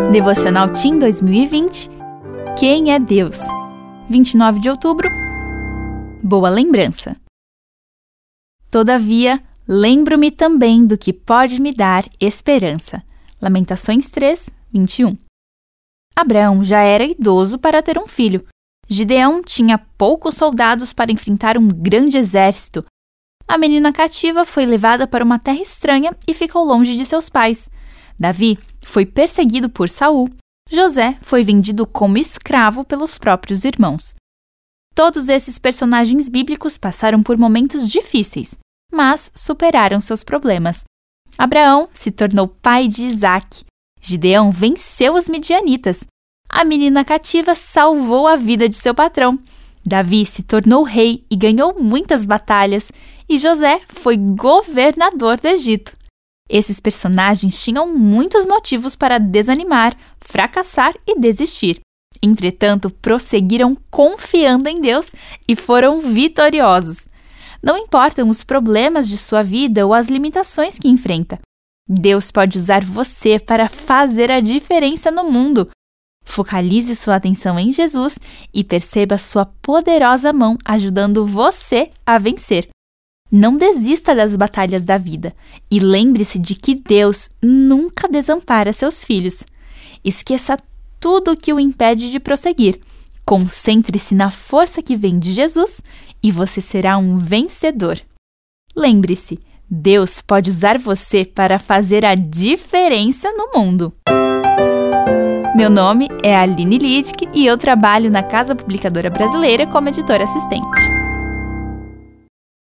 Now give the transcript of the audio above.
Devocional Team 2020. Quem é Deus? 29 de outubro. Boa lembrança. Todavia, lembro-me também do que pode me dar esperança. Lamentações 3, 21. Abraão já era idoso para ter um filho. Gideão tinha poucos soldados para enfrentar um grande exército. A menina cativa foi levada para uma terra estranha e ficou longe de seus pais. Davi foi perseguido por Saul. José foi vendido como escravo pelos próprios irmãos. Todos esses personagens bíblicos passaram por momentos difíceis, mas superaram seus problemas. Abraão se tornou pai de Isaque. Gideão venceu os midianitas. A menina cativa salvou a vida de seu patrão. Davi se tornou rei e ganhou muitas batalhas. E José foi governador do Egito. Esses personagens tinham muitos motivos para desanimar, fracassar e desistir. Entretanto, prosseguiram confiando em Deus e foram vitoriosos. Não importam os problemas de sua vida ou as limitações que enfrenta. Deus pode usar você para fazer a diferença no mundo. Focalize sua atenção em Jesus e perceba sua poderosa mão ajudando você a vencer. Não desista das batalhas da vida e lembre-se de que Deus nunca desampara seus filhos. Esqueça tudo o que o impede de prosseguir. Concentre-se na força que vem de Jesus e você será um vencedor. Lembre-se, Deus pode usar você para fazer a diferença no mundo. Meu nome é Aline Littke e eu trabalho na Casa Publicadora Brasileira como editora assistente.